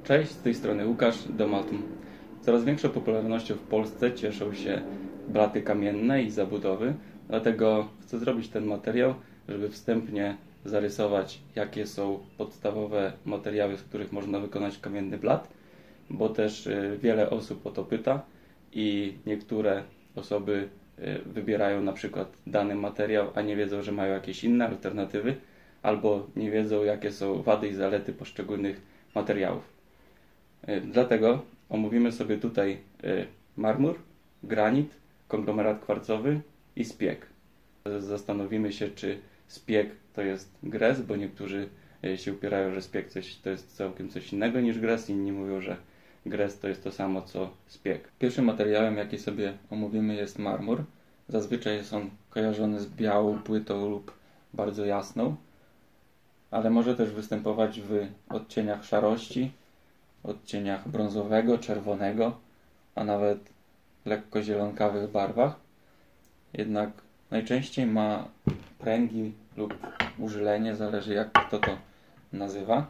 Cześć, z tej strony Łukasz, Domatum. Coraz większą popularnością w Polsce cieszą się blaty kamienne i zabudowy, dlatego chcę zrobić ten materiał, żeby wstępnie zarysować, jakie są podstawowe materiały, z których można wykonać kamienny blat, bo też wiele osób o to pyta i niektóre osoby wybierają na przykład dany materiał, a nie wiedzą, że mają jakieś inne alternatywy, albo nie wiedzą, jakie są wady i zalety poszczególnych materiałów. Dlatego omówimy sobie tutaj marmur, granit, konglomerat kwarcowy i szpieg. Zastanowimy się, czy szpieg to jest gres, bo niektórzy się upierają, że szpieg to jest całkiem coś innego niż gres, inni mówią, że gres to jest to samo co szpieg. Pierwszym materiałem, jaki sobie omówimy, jest marmur. Zazwyczaj jest on kojarzony z białą płytą lub bardzo jasną, ale może też występować w odcieniach szarości, odcieniach brązowego, czerwonego, a nawet lekko zielonkawych barwach. Jednak najczęściej ma pręgi lub użylenie, zależy jak kto to nazywa.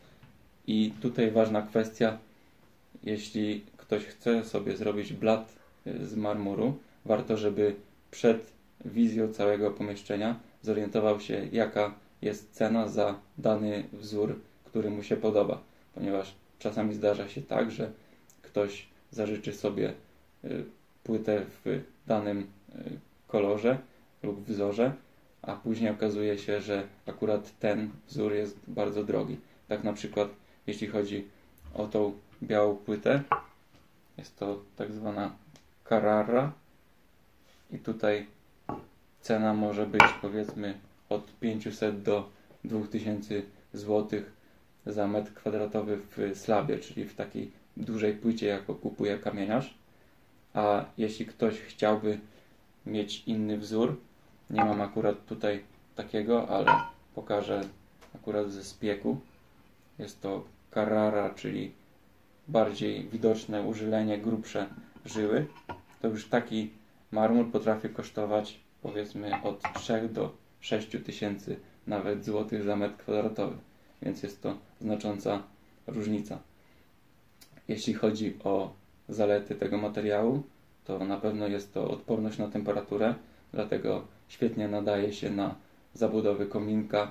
I tutaj ważna kwestia, jeśli ktoś chce sobie zrobić blat z marmuru, warto, żeby przed wizją całego pomieszczenia zorientował się, jaka jest cena za dany wzór, który mu się podoba, ponieważ czasami zdarza się tak, że ktoś zażyczy sobie płytę w danym kolorze lub wzorze, a później okazuje się, że akurat ten wzór jest bardzo drogi. Tak na przykład jeśli chodzi o tą białą płytę, jest to tak zwana Carrara i tutaj cena może być powiedzmy od 500 do 2000 zł za metr kwadratowy w slabie, czyli w takiej dużej płycie, jaką kupuje kamieniarz. A jeśli ktoś chciałby mieć inny wzór, nie mam akurat tutaj takiego, ale pokażę akurat ze szpiegu. Jest to Carrara, czyli bardziej widoczne użylenie, grubsze żyły. To już taki marmur potrafi kosztować powiedzmy od 3 do 6 tysięcy nawet złotych za metr kwadratowy, więc jest to znacząca różnica. Jeśli chodzi o zalety tego materiału, to na pewno jest to odporność na temperaturę, dlatego świetnie nadaje się na zabudowy kominka.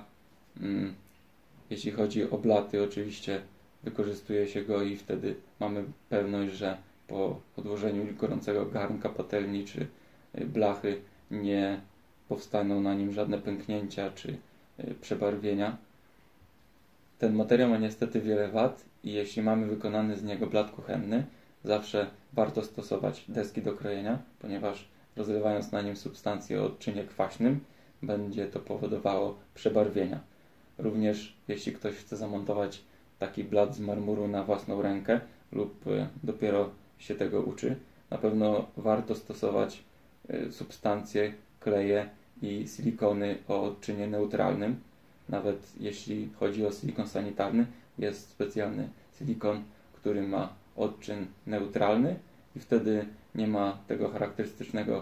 Jeśli chodzi o blaty, oczywiście wykorzystuje się go i wtedy mamy pewność, że po odłożeniu gorącego garnka, patelni czy blachy nie powstaną na nim żadne pęknięcia czy przebarwienia. Ten materiał ma niestety wiele wad i jeśli mamy wykonany z niego blat kuchenny, zawsze warto stosować deski do krojenia, ponieważ rozlewając na nim substancję o odczynie kwaśnym, będzie to powodowało przebarwienia. Również jeśli ktoś chce zamontować taki blat z marmuru na własną rękę lub dopiero się tego uczy, na pewno warto stosować substancje, kleje i silikony o odczynie neutralnym. Nawet jeśli chodzi o silikon sanitarny, jest specjalny silikon, który ma odczyn neutralny i wtedy nie ma tego charakterystycznego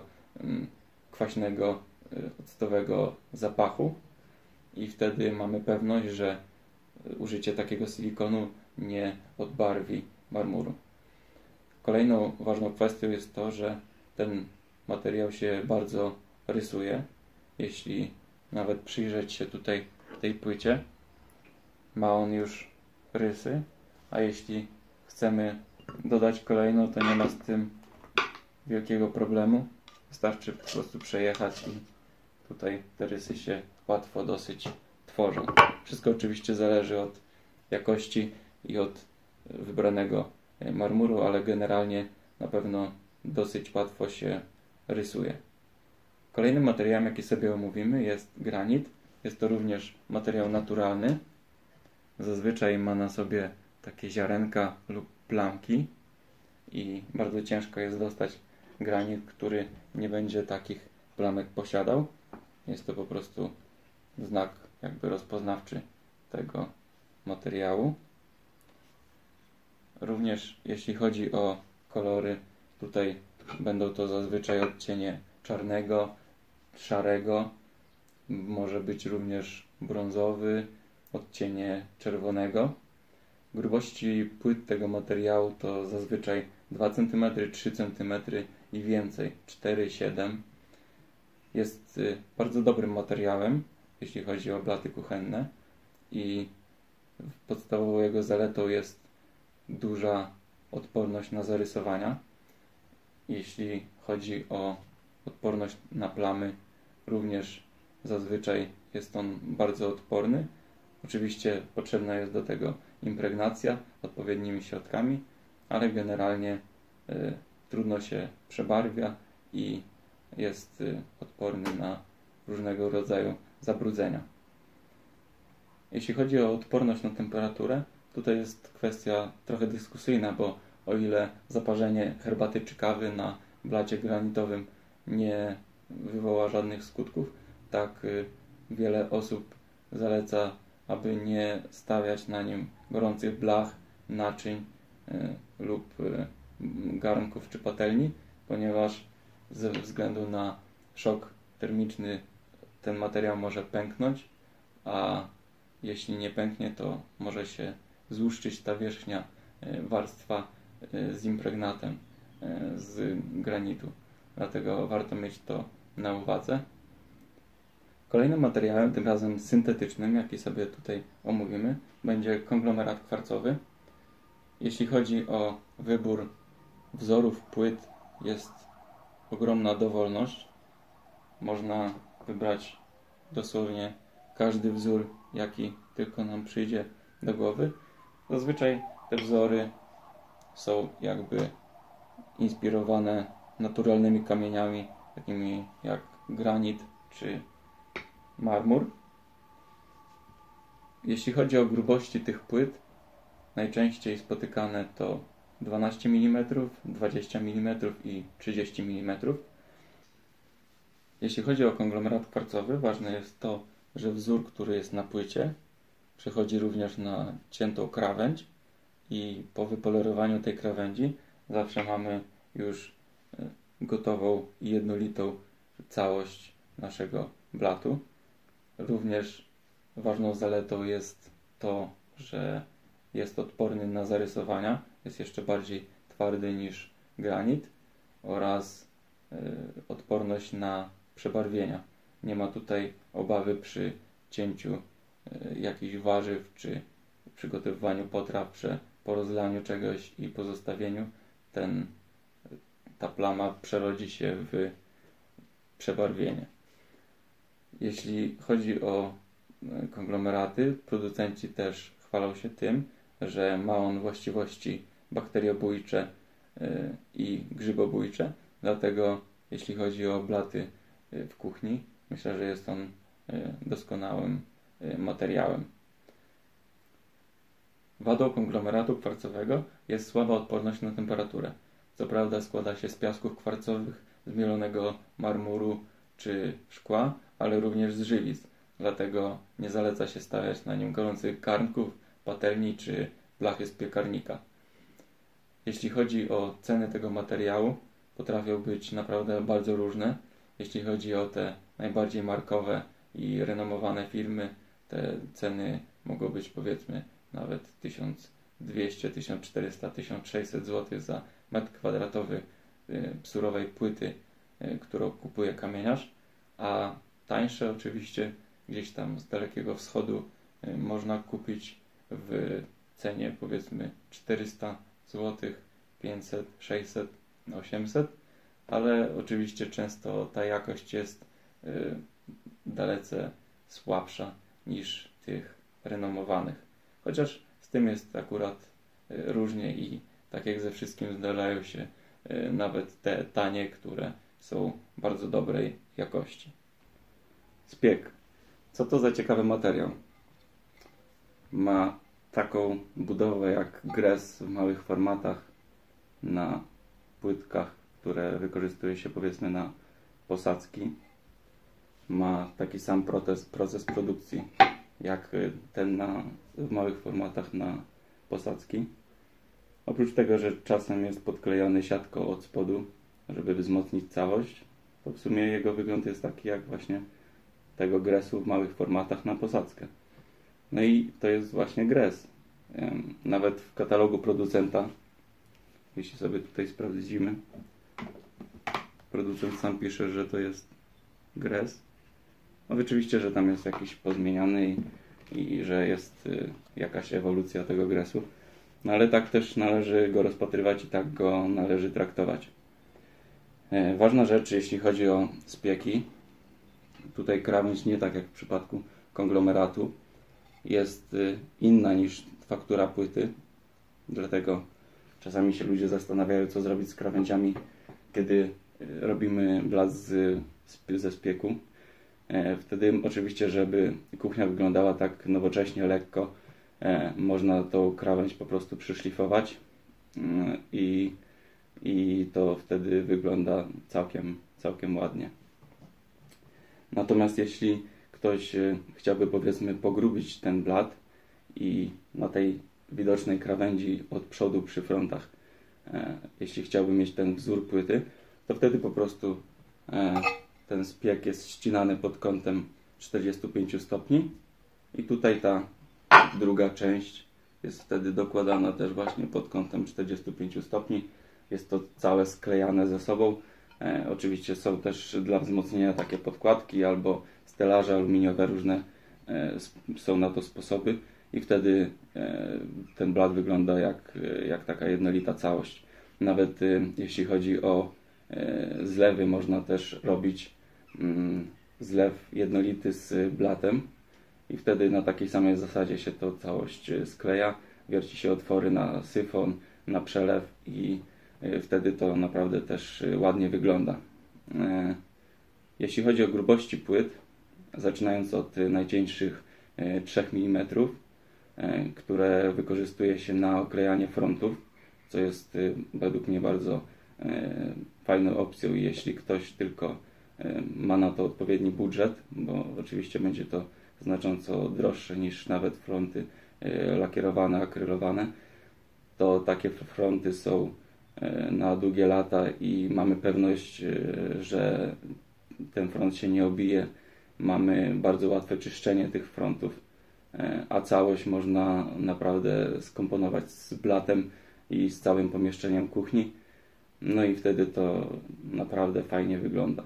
kwaśnego, octowego zapachu i wtedy mamy pewność, że użycie takiego silikonu nie odbarwi marmuru. Kolejną ważną kwestią jest to, że ten materiał się bardzo rysuje. Jeśli nawet przyjrzeć się tutaj tej płycie, ma on już rysy, a jeśli chcemy dodać kolejną, to nie ma z tym wielkiego problemu. Wystarczy po prostu przejechać i tutaj te rysy się łatwo dosyć tworzą. Wszystko oczywiście zależy od jakości i od wybranego marmuru, ale generalnie na pewno dosyć łatwo się rysuje. Kolejnym materiałem, jaki sobie omówimy, jest granit. Jest to również materiał naturalny. Zazwyczaj ma na sobie takie ziarenka lub plamki i bardzo ciężko jest dostać granit, który nie będzie takich plamek posiadał. Jest to po prostu znak jakby rozpoznawczy tego materiału. Również jeśli chodzi o kolory, tutaj będą to zazwyczaj odcienie czarnego, szarego, może być również brązowy, odcienie czerwonego. Grubości płyt tego materiału to zazwyczaj 2 cm, 3 cm i więcej, 4-7. Jest bardzo dobrym materiałem, jeśli chodzi o blaty kuchenne, i podstawową jego zaletą jest duża odporność na zarysowania. Jeśli chodzi o odporność na plamy, również zazwyczaj jest on bardzo odporny. Oczywiście potrzebna jest do tego impregnacja odpowiednimi środkami, ale generalnie trudno się przebarwia i jest odporny na różnego rodzaju zabrudzenia. Jeśli chodzi o odporność na temperaturę, tutaj jest kwestia trochę dyskusyjna, bo o ile zaparzenie herbaty czy kawy na blacie granitowym nie wywoła żadnych skutków, tak wiele osób zaleca, aby nie stawiać na nim gorących blach, naczyń lub garnków czy patelni, ponieważ ze względu na szok termiczny ten materiał może pęknąć, a jeśli nie pęknie, to może się złuszczyć ta wierzchnia warstwa z impregnatem z granitu. Dlatego warto mieć to na uwadze. Kolejnym materiałem, tym razem syntetycznym, jaki sobie tutaj omówimy, będzie konglomerat kwarcowy. Jeśli chodzi o wybór wzorów płyt, jest ogromna dowolność. Można wybrać dosłownie każdy wzór, jaki tylko nam przyjdzie do głowy. Zazwyczaj te wzory są jakby inspirowane naturalnymi kamieniami, takimi jak granit czy marmur. Jeśli chodzi o grubości tych płyt, najczęściej spotykane to 12 mm, 20 mm i 30 mm. Jeśli chodzi o konglomerat kwarcowy, ważne jest to, że wzór, który jest na płycie, przechodzi również na ciętą krawędź i po wypolerowaniu tej krawędzi zawsze mamy już gotową i jednolitą całość naszego blatu. Również ważną zaletą jest to, że jest odporny na zarysowania, jest jeszcze bardziej twardy niż granit, oraz odporność na przebarwienia. Nie ma tutaj obawy przy cięciu jakichś warzyw czy przygotowywaniu potraw, po rozlaniu czegoś i pozostawieniu ta plama przerodzi się w przebarwienie. Jeśli chodzi o konglomeraty, producenci też chwalą się tym, że ma on właściwości bakteriobójcze i grzybobójcze, dlatego jeśli chodzi o blaty w kuchni, myślę, że jest on doskonałym materiałem. Wadą konglomeratu kwarcowego jest słaba odporność na temperaturę. Co prawda składa się z piasków kwarcowych, zmielonego marmuru czy szkła, ale również z żywic. Dlatego nie zaleca się stawiać na nim gorących garnków, patelni czy blachy z piekarnika. Jeśli chodzi o ceny tego materiału, potrafią być naprawdę bardzo różne. Jeśli chodzi o te najbardziej markowe i renomowane firmy, te ceny mogą być powiedzmy nawet 1200, 1400, 1600 zł za metr kwadratowy surowej płyty, którą kupuje kamieniarz, a tańsze oczywiście gdzieś tam z Dalekiego Wschodu można kupić w cenie powiedzmy 400 zł, 500, 600, 800, ale oczywiście często ta jakość jest dalece słabsza niż tych renomowanych. Chociaż z tym jest akurat różnie i tak jak ze wszystkim zdarzają się nawet te tanie, które są bardzo dobrej jakości. Spiek. Co to za ciekawy materiał? Ma taką budowę jak gres w małych formatach na płytkach, które wykorzystuje się powiedzmy na posadzki. Ma taki sam proces produkcji jak ten w małych formatach na posadzki. Oprócz tego, że czasem jest podklejony siatką od spodu, żeby wzmocnić całość, to w sumie jego wygląd jest taki jak właśnie tego gresu w małych formatach na posadzkę. No i to jest właśnie gres. Nawet w katalogu producenta, jeśli sobie tutaj sprawdzimy, producent sam pisze, że to jest gres. No oczywiście, że tam jest jakiś pozmieniany i że jest jakaś ewolucja tego gresu. No ale tak też należy go rozpatrywać i tak go należy traktować. Ważna rzecz, jeśli chodzi o spieki. Tutaj krawędź, nie tak jak w przypadku konglomeratu, jest inna niż faktura płyty. Dlatego czasami się ludzie zastanawiają, co zrobić z krawędziami, kiedy robimy blat ze spieku. Wtedy oczywiście, żeby kuchnia wyglądała tak nowocześnie, lekko, można tą krawędź po prostu przyszlifować i to wtedy wygląda całkiem ładnie. Natomiast jeśli ktoś chciałby, powiedzmy, pogrubić ten blat i na tej widocznej krawędzi od przodu przy frontach, jeśli chciałby mieć ten wzór płyty, to wtedy po prostu ten spiek jest ścinany pod kątem 45 stopni i tutaj ta druga część jest wtedy dokładana też właśnie pod kątem 45 stopni. Jest to całe sklejane ze sobą. Oczywiście są też dla wzmocnienia takie podkładki albo stelaże aluminiowe, różne są na to sposoby i wtedy ten blat wygląda jak taka jednolita całość. Nawet jeśli chodzi o zlewy, można też robić zlew jednolity z blatem i wtedy na takiej samej zasadzie się to całość skleja, wierci się otwory na syfon, na przelew i wtedy to naprawdę też ładnie wygląda. Jeśli chodzi o grubości płyt, zaczynając od najcieńszych 3 mm, które wykorzystuje się na oklejanie frontów, co jest według mnie bardzo fajną opcją, jeśli ktoś tylko ma na to odpowiedni budżet, bo oczywiście będzie to znacząco droższe niż nawet fronty lakierowane, akrylowane, to takie fronty są na długie lata i mamy pewność, że ten front się nie obije. Mamy bardzo łatwe czyszczenie tych frontów, a całość można naprawdę skomponować z blatem i z całym pomieszczeniem kuchni. No i wtedy to naprawdę fajnie wygląda.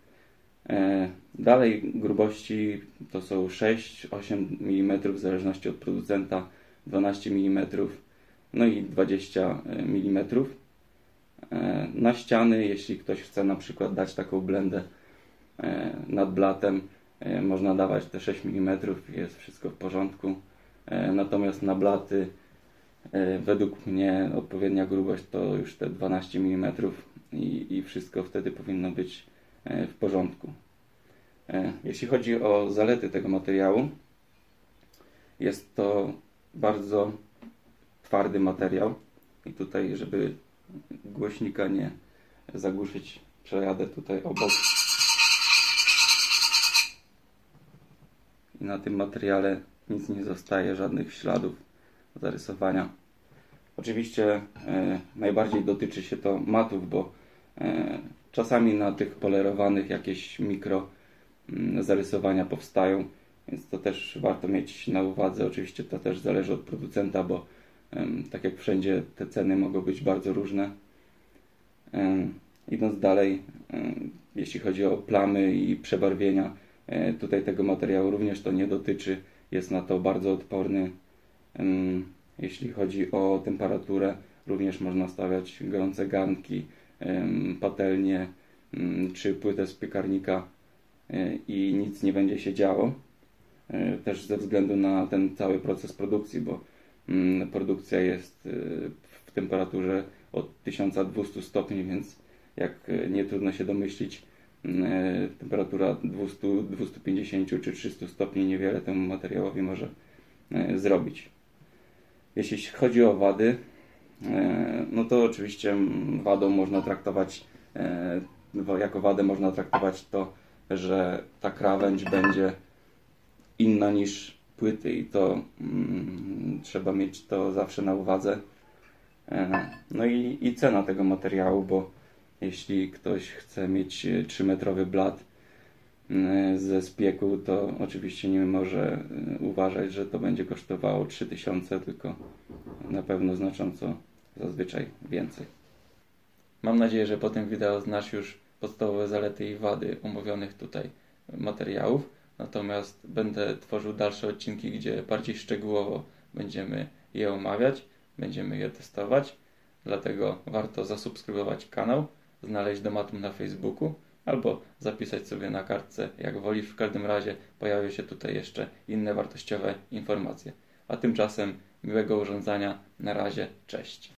Dalej grubości to są 6-8 mm w zależności od producenta, 12 mm, no i 20 mm. Na ściany, jeśli ktoś chce na przykład dać taką blendę nad blatem, można dawać te 6 mm, jest wszystko w porządku. Natomiast na blaty według mnie odpowiednia grubość to już te 12 mm i wszystko wtedy powinno być w porządku. Jeśli chodzi o zalety tego materiału, jest to bardzo twardy materiał i tutaj, żeby głośnika nie zagłuszyć, przejadę tutaj obok i na tym materiale nic nie zostaje, żadnych śladów zarysowania. Oczywiście najbardziej dotyczy się to matów, bo czasami na tych polerowanych jakieś mikro zarysowania powstają, więc to też warto mieć na uwadze. Oczywiście to też zależy od producenta, bo tak jak wszędzie te ceny mogą być bardzo różne. Idąc dalej, jeśli chodzi o plamy i przebarwienia, tutaj tego materiału również to nie dotyczy, jest na to bardzo odporny. Jeśli chodzi o temperaturę, również można stawiać gorące garnki, patelnię czy płytę z piekarnika i nic nie będzie się działo. Też ze względu na ten cały proces produkcji, bo produkcja jest w temperaturze od 1200 stopni, więc jak nie trudno się domyślić, temperatura 200, 250 czy 300 stopni niewiele temu materiałowi może zrobić. Jeśli chodzi o wady, no to oczywiście jako wadę można traktować to, że ta krawędź będzie inna niż płyty i to trzeba mieć to zawsze na uwadze. No i cena tego materiału, bo jeśli ktoś chce mieć 3-metrowy blat, ze Spieku, to oczywiście nie może uważać, że to będzie kosztowało 3000, tylko na pewno znacząco zazwyczaj więcej. Mam nadzieję, że po tym wideo znasz już podstawowe zalety i wady omówionych tutaj materiałów, natomiast będę tworzył dalsze odcinki, gdzie bardziej szczegółowo będziemy je omawiać, będziemy je testować, dlatego warto zasubskrybować kanał, znaleźć Domatum na Facebooku albo zapisać sobie na kartce, jak wolisz. W każdym razie pojawią się tutaj jeszcze inne wartościowe informacje. A tymczasem miłego urządzania. Na razie, cześć.